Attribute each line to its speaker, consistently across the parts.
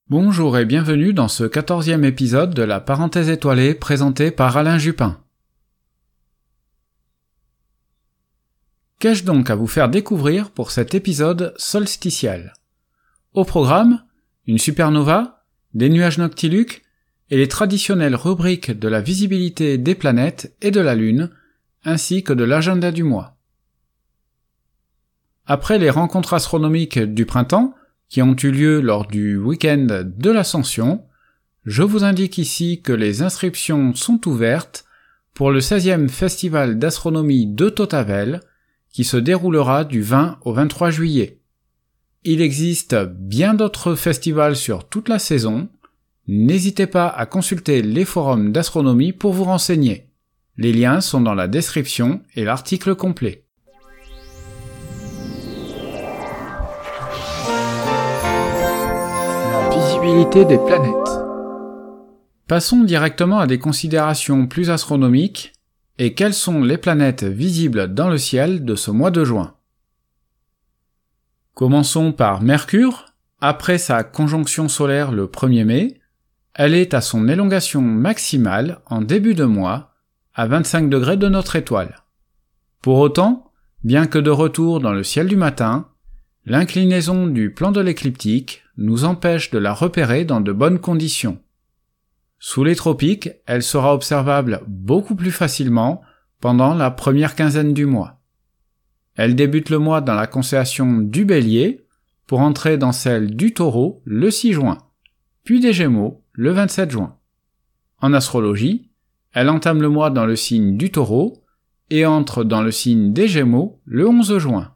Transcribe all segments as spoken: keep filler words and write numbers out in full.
Speaker 1: Bonjour et bienvenue dans ce quatorzième épisode de la parenthèse étoilée présentée par Alain Jupin. Qu'ai-je donc à vous faire découvrir pour cet épisode solsticiel ? Au programme, une supernova, des nuages noctiluques et les traditionnelles rubriques de la visibilité des planètes et de la Lune, ainsi que de l'agenda du mois. Après les rencontres astronomiques du printemps, qui ont eu lieu lors du week-end de l'Ascension, je vous indique ici que les inscriptions sont ouvertes pour le seizième Festival d'astronomie de Tautavel, qui se déroulera du vingt au vingt-trois juillet. Il existe bien d'autres festivals sur toute la saison. N'hésitez pas à consulter les forums d'astronomie pour vous renseigner. Les liens sont dans la description et l'article complet. Visibilité des planètes. Passons directement à des considérations plus astronomiques. Et quelles sont les planètes visibles dans le ciel de ce mois de juin ? Commençons par Mercure. Après sa conjonction solaire le premier mai, elle est à son élongation maximale en début de mois, à vingt-cinq degrés de notre étoile. Pour autant, bien que de retour dans le ciel du matin, l'inclinaison du plan de l'écliptique nous empêche de la repérer dans de bonnes conditions. Sous les tropiques, elle sera observable beaucoup plus facilement pendant la première quinzaine du mois. Elle débute le mois dans la constellation du Bélier pour entrer dans celle du Taureau le six juin, puis des Gémeaux le vingt-sept juin. En astrologie, elle entame le mois dans le signe du Taureau et entre dans le signe des Gémeaux le onze juin.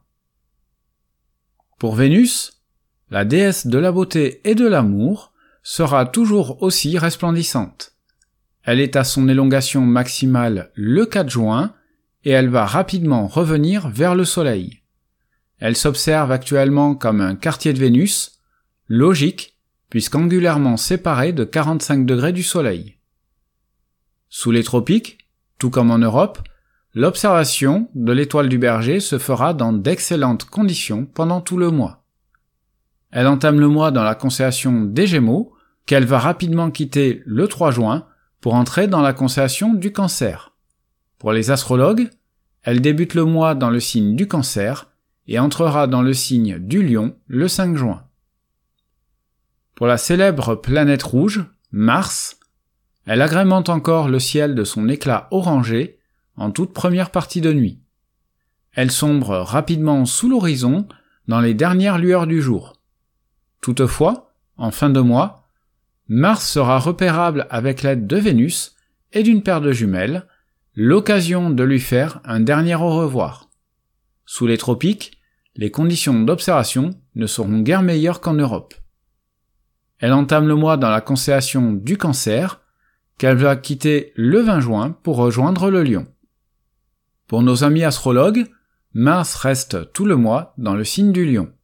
Speaker 1: Pour Vénus, la déesse de la beauté et de l'amour sera toujours aussi resplendissante. Elle est à son élongation maximale le quatre juin et elle va rapidement revenir vers le Soleil. Elle s'observe actuellement comme un quartier de Vénus, logique puisqu'angulairement séparé de quarante-cinq degrés du Soleil. Sous les tropiques, tout comme en Europe, l'observation de l'étoile du Berger se fera dans d'excellentes conditions pendant tout le mois. Elle entame le mois dans la constellation des Gémeaux, qu'elle va rapidement quitter le trois juin pour entrer dans la constellation du Cancer. Pour les astrologues, elle débute le mois dans le signe du Cancer et entrera dans le signe du Lion le cinq juin. Pour la célèbre planète rouge, Mars, elle agrémente encore le ciel de son éclat orangé en toute première partie de nuit. Elle sombre rapidement sous l'horizon dans les dernières lueurs du jour. Toutefois, en fin de mois, Mars sera repérable avec l'aide de Vénus et d'une paire de jumelles, l'occasion de lui faire un dernier au revoir. Sous les tropiques, les conditions d'observation ne seront guère meilleures qu'en Europe. Elle entame le mois dans la constellation du Cancer, qu'elle va quitter le vingt juin pour rejoindre le Lion. Pour nos amis astrologues, Mars reste tout le mois dans le signe du Lion.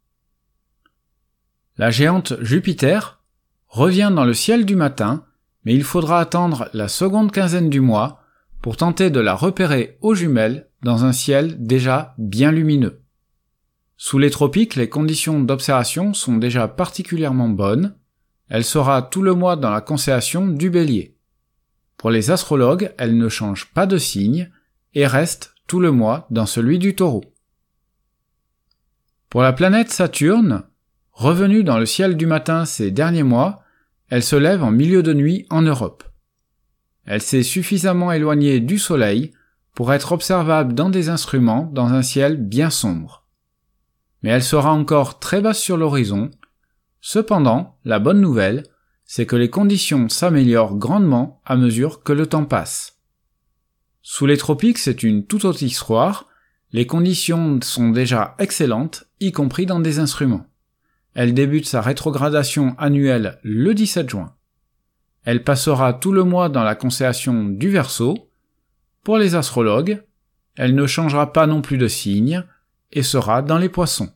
Speaker 1: La géante Jupiter revient dans le ciel du matin, mais il faudra attendre la seconde quinzaine du mois pour tenter de la repérer aux jumelles dans un ciel déjà bien lumineux. Sous les tropiques, les conditions d'observation sont déjà particulièrement bonnes. Elle sera tout le mois dans la constellation du Bélier. Pour les astrologues, elle ne change pas de signe et reste tout le mois dans celui du Taureau. Pour la planète Saturne, revenue dans le ciel du matin ces derniers mois, elle se lève en milieu de nuit en Europe. Elle s'est suffisamment éloignée du Soleil pour être observable dans des instruments dans un ciel bien sombre. Mais elle sera encore très basse sur l'horizon. Cependant, la bonne nouvelle, c'est que les conditions s'améliorent grandement à mesure que le temps passe. Sous les tropiques, c'est une toute autre histoire. Les conditions sont déjà excellentes, y compris dans des instruments. Elle débute sa rétrogradation annuelle le dix-sept juin. Elle passera tout le mois dans la constellation du Verseau. Pour les astrologues, elle ne changera pas non plus de signe et sera dans les Poissons.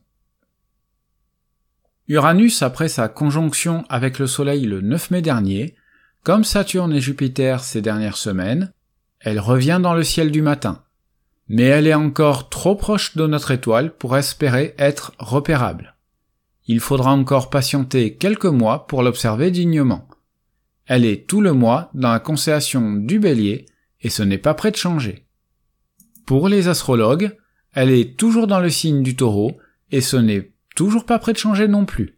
Speaker 1: Uranus, après sa conjonction avec le Soleil le neuf mai dernier, comme Saturne et Jupiter ces dernières semaines, elle revient dans le ciel du matin. Mais elle est encore trop proche de notre étoile pour espérer être repérable. il faudra encore patienter quelques mois pour l'observer dignement. Elle est tout le mois dans la constellation du Bélier et ce n'est pas près de changer. Pour les astrologues, elle est toujours dans le signe du Taureau et ce n'est toujours pas près de changer non plus.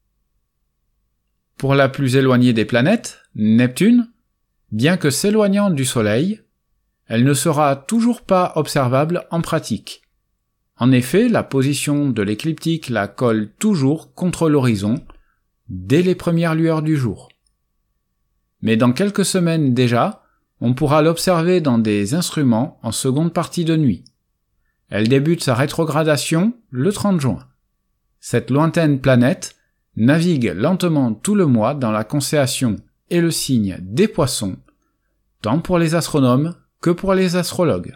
Speaker 1: Pour la plus éloignée des planètes, Neptune, bien que s'éloignant du Soleil, elle ne sera toujours pas observable en pratique. En effet, la position de l'écliptique la colle toujours contre l'horizon, dès les premières lueurs du jour. Mais dans quelques semaines déjà, on pourra l'observer dans des instruments en seconde partie de nuit. Elle débute sa rétrogradation le trente juin. Cette lointaine planète navigue lentement tout le mois dans la constellation et le signe des Poissons, tant pour les astronomes que pour les astrologues.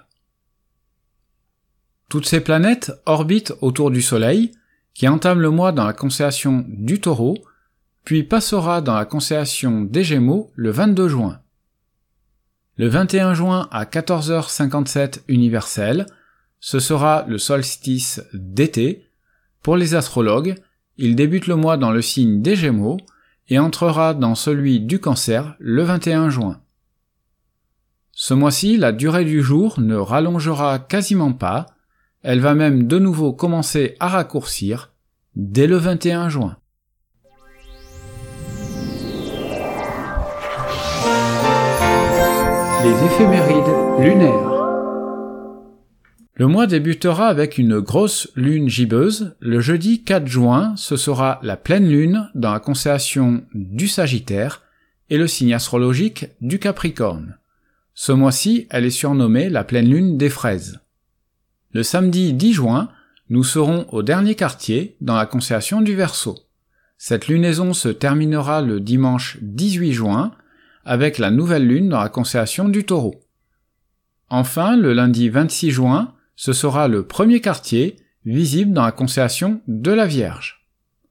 Speaker 1: Toutes ces planètes orbitent autour du Soleil, qui entame le mois dans la constellation du Taureau, puis passera dans la constellation des Gémeaux le vingt-deux juin. Le vingt et un juin à quatorze heures cinquante-sept universel, ce sera le solstice d'été. Pour les astrologues, il débute le mois dans le signe des Gémeaux et entrera dans celui du Cancer le vingt et un juin. Ce mois-ci, la durée du jour ne rallongera quasiment pas, elle va même de nouveau commencer à raccourcir dès le vingt et un juin. Les éphémérides lunaires. Le mois débutera avec une grosse lune gibbeuse. Le jeudi quatre juin, ce sera la pleine lune dans la constellation du Sagittaire et le signe astrologique du Capricorne. Ce mois-ci, elle est surnommée la pleine lune des fraises. Le samedi dix juin, nous serons au dernier quartier dans la constellation du Verseau. Cette lunaison se terminera le dimanche dix-huit juin avec la nouvelle lune dans la constellation du Taureau. Enfin, le lundi vingt-six juin, ce sera le premier quartier visible dans la constellation de la Vierge.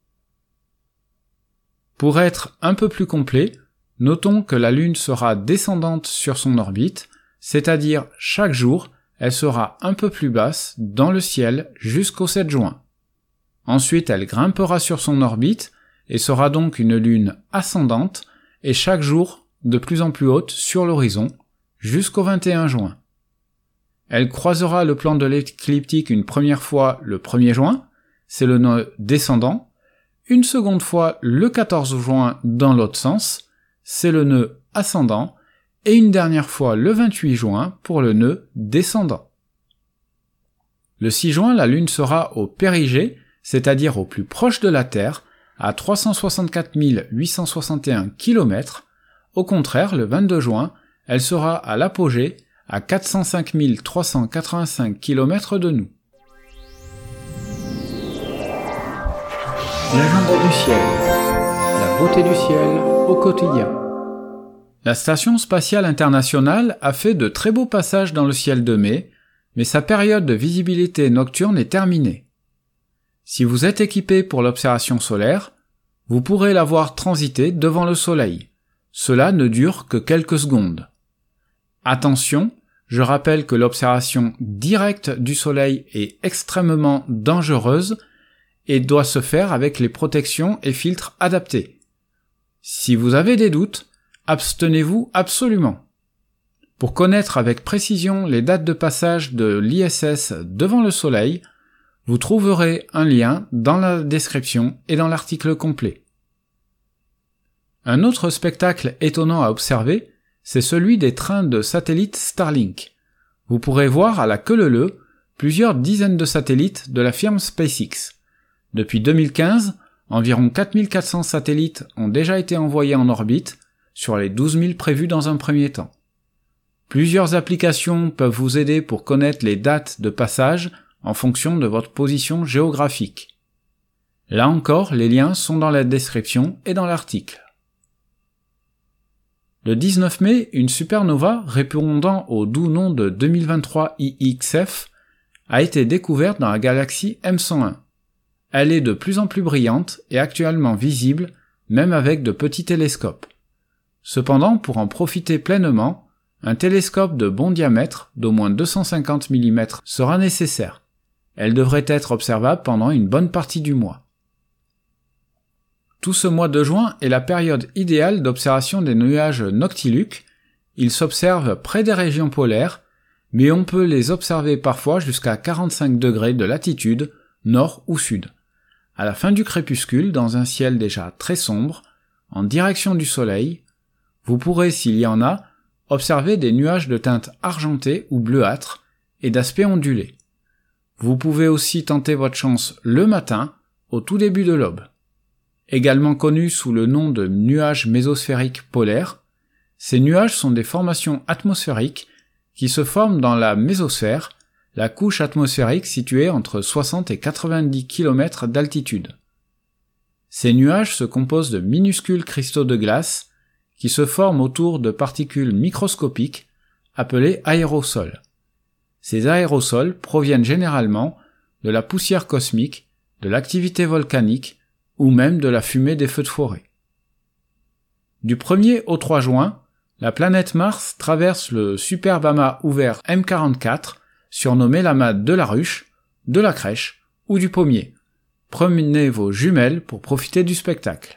Speaker 1: Pour être un peu plus complet, notons que la Lune sera descendante sur son orbite, c'est-à-dire chaque jour, elle sera un peu plus basse dans le ciel jusqu'au sept juin. Ensuite, elle grimpera sur son orbite et sera donc une Lune ascendante et chaque jour de plus en plus haute sur l'horizon jusqu'au vingt et un juin. Elle croisera le plan de l'écliptique une première fois le premier juin, c'est le nœud descendant, une seconde fois le quatorze juin dans l'autre sens, c'est le nœud ascendant, et une dernière fois le vingt-huit juin pour le nœud descendant. Le six juin, la Lune sera au périgée, c'est-à-dire au plus proche de la Terre, à trois cent soixante-quatre mille huit cent soixante et un kilomètres. Au contraire, le vingt-deux juin, elle sera à l'apogée, à quatre cent cinq mille trois cent quatre-vingt-cinq kilomètres de nous. L'agenda du ciel. La beauté du ciel au quotidien. La Station spatiale internationale a fait de très beaux passages dans le ciel de mai, mais sa période de visibilité nocturne est terminée. Si vous êtes équipé pour l'observation solaire, vous pourrez la voir transiter devant le Soleil. Cela ne dure que quelques secondes. Attention, je rappelle que l'observation directe du Soleil est extrêmement dangereuse et doit se faire avec les protections et filtres adaptés. Si vous avez des doutes, abstenez-vous absolument. Pour connaître avec précision les dates de passage de l'I S S devant le Soleil, vous trouverez un lien dans la description et dans l'article complet. Un autre spectacle étonnant à observer, c'est celui des trains de satellites Starlink. Vous pourrez voir à la queue leu-leu plusieurs dizaines de satellites de la firme SpaceX. Depuis deux mille quinze, environ quatre mille quatre cents satellites ont déjà été envoyés en orbite, sur les douze mille prévus dans un premier temps. Plusieurs applications peuvent vous aider pour connaître les dates de passage en fonction de votre position géographique. Là encore, les liens sont dans la description et dans l'article. Le dix-neuf mai, une supernova répondant au doux nom de deux mille vingt-trois I X F a été découverte dans la galaxie M cent un. Elle est de plus en plus brillante et actuellement visible, même avec de petits télescopes. Cependant, pour en profiter pleinement, un télescope de bon diamètre d'au moins deux cent cinquante millimètres sera nécessaire. Elle devrait être observable pendant une bonne partie du mois. Tout ce mois de juin est la période idéale d'observation des nuages noctiluques. Ils s'observent près des régions polaires, mais on peut les observer parfois jusqu'à quarante-cinq degrés de latitude, nord ou sud. À la fin du crépuscule, dans un ciel déjà très sombre, en direction du soleil, vous pourrez, s'il y en a, observer des nuages de teinte argentée ou bleuâtre et d'aspect ondulé. Vous pouvez aussi tenter votre chance le matin, au tout début de l'aube. Également connus sous le nom de nuages mésosphériques polaires, ces nuages sont des formations atmosphériques qui se forment dans la mésosphère, la couche atmosphérique située entre soixante et quatre-vingt-dix kilomètres d'altitude. Ces nuages se composent de minuscules cristaux de glace qui se forment autour de particules microscopiques appelées aérosols. Ces aérosols proviennent généralement de la poussière cosmique, de l'activité volcanique ou même de la fumée des feux de forêt. Du premier au trois juin, la planète Mars traverse le superbe amas ouvert M quarante-quatre, surnommé l'amas de la ruche, de la crèche ou du pommier. Prenez vos jumelles pour profiter du spectacle.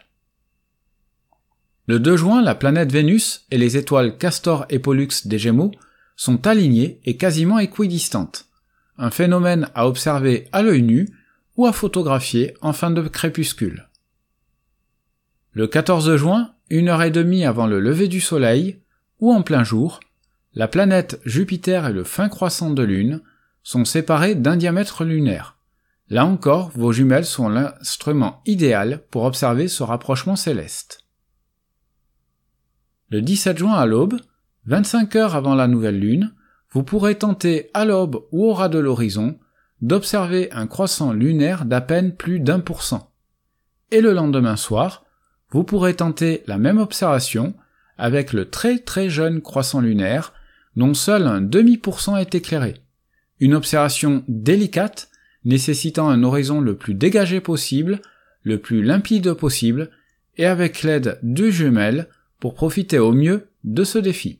Speaker 1: Le deux juin, la planète Vénus et les étoiles Castor et Pollux des Gémeaux sont alignées et quasiment équidistantes, un phénomène à observer à l'œil nu ou à photographier en fin de crépuscule. Le quatorze juin, une heure et demie avant le lever du soleil, ou en plein jour, la planète Jupiter et le fin croissant de Lune sont séparés d'un diamètre lunaire. Là encore, vos jumelles sont l'instrument idéal pour observer ce rapprochement céleste. Le dix-sept juin à l'aube, vingt-cinq heures avant la nouvelle lune, vous pourrez tenter à l'aube ou au ras de l'horizon d'observer un croissant lunaire d'à peine plus d'un pour cent. Et le lendemain soir, vous pourrez tenter la même observation avec le très très jeune croissant lunaire dont seul un demi pour cent est éclairé. Une observation délicate nécessitant un horizon le plus dégagé possible, le plus limpide possible et avec l'aide de jumelles pour profiter au mieux de ce défi.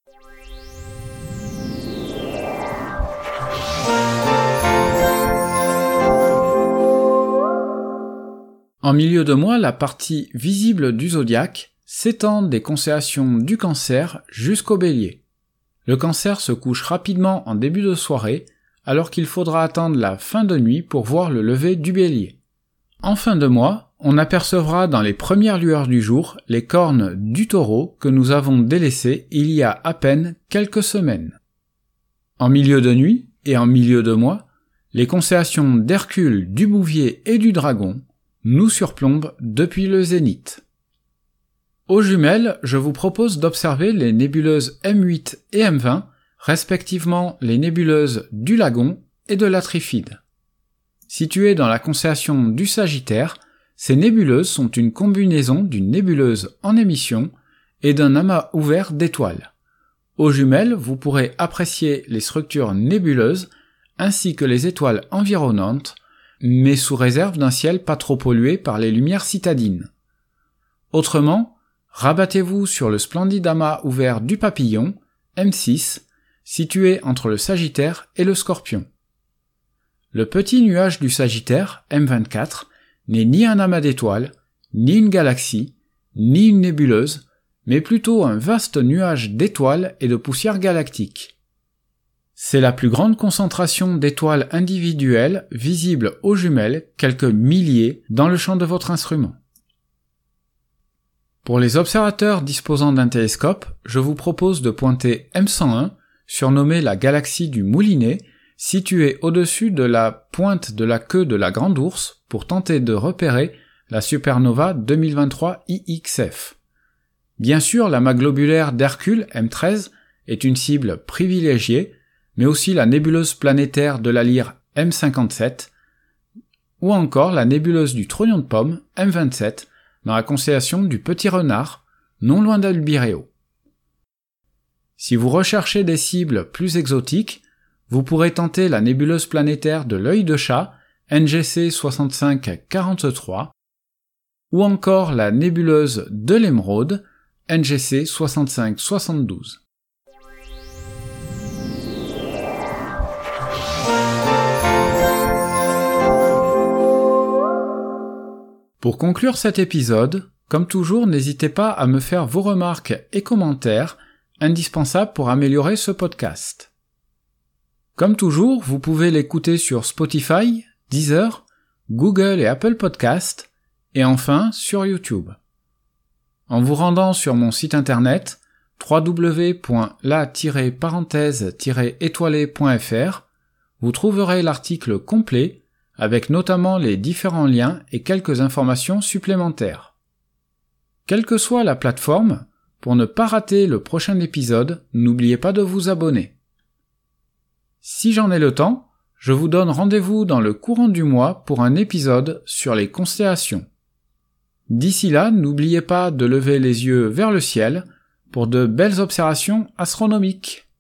Speaker 1: En milieu de mois, la partie visible du zodiaque s'étend des constellations du Cancer jusqu'au Bélier. Le Cancer se couche rapidement en début de soirée, alors qu'il faudra attendre la fin de nuit pour voir le lever du Bélier. En fin de mois, on apercevra dans les premières lueurs du jour les cornes du Taureau que nous avons délaissées il y a à peine quelques semaines. En milieu de nuit et en milieu de mois, les constellations d'Hercule, du Bouvier et du Dragon nous surplombent depuis le zénith. Aux jumelles, je vous propose d'observer les nébuleuses M huit et M vingt, respectivement les nébuleuses du Lagon et de la Trifide. Situées dans la constellation du Sagittaire, ces nébuleuses sont une combinaison d'une nébuleuse en émission et d'un amas ouvert d'étoiles. Aux jumelles, vous pourrez apprécier les structures nébuleuses ainsi que les étoiles environnantes, mais sous réserve d'un ciel pas trop pollué par les lumières citadines. Autrement, rabattez-vous sur le splendide amas ouvert du Papillon, M six, situé entre le Sagittaire et le Scorpion. Le petit nuage du Sagittaire, M vingt-quatre, n'est ni un amas d'étoiles, ni une galaxie, ni une nébuleuse, mais plutôt un vaste nuage d'étoiles et de poussière galactique. C'est la plus grande concentration d'étoiles individuelles visibles aux jumelles, quelques milliers, dans le champ de votre instrument. Pour les observateurs disposant d'un télescope, je vous propose de pointer M cent un, surnommée la galaxie du Moulinet, située au-dessus de la pointe de la queue de la Grande Ourse pour tenter de repérer la supernova deux mille vingt-trois I X F. Bien sûr, l'amas globulaire d'Hercule, M treize, est une cible privilégiée, mais aussi la nébuleuse planétaire de la Lyre M cinquante-sept, ou encore la nébuleuse du Trognon de Pomme, M vingt-sept, dans la constellation du Petit Renard, non loin d'Albireo. Si vous recherchez des cibles plus exotiques, vous pourrez tenter la nébuleuse planétaire de l'Œil de Chat, N G C soixante-cinq quarante-trois, ou encore la nébuleuse de l'Émeraude, N G C soixante-cinq soixante-douze. Pour conclure cet épisode, comme toujours, n'hésitez pas à me faire vos remarques et commentaires, indispensables pour améliorer ce podcast. Comme toujours, vous pouvez l'écouter sur Spotify, Deezer, Google et Apple Podcasts, et enfin sur YouTube. En vous rendant sur mon site internet w w w point la tiret parenthèse tiret étoilé point f r, vous trouverez l'article complet avec notamment les différents liens et quelques informations supplémentaires. Quelle que soit la plateforme, pour ne pas rater le prochain épisode, n'oubliez pas de vous abonner. Si j'en ai le temps, je vous donne rendez-vous dans le courant du mois pour un épisode sur les constellations. D'ici là, n'oubliez pas de lever les yeux vers le ciel pour de belles observations astronomiques.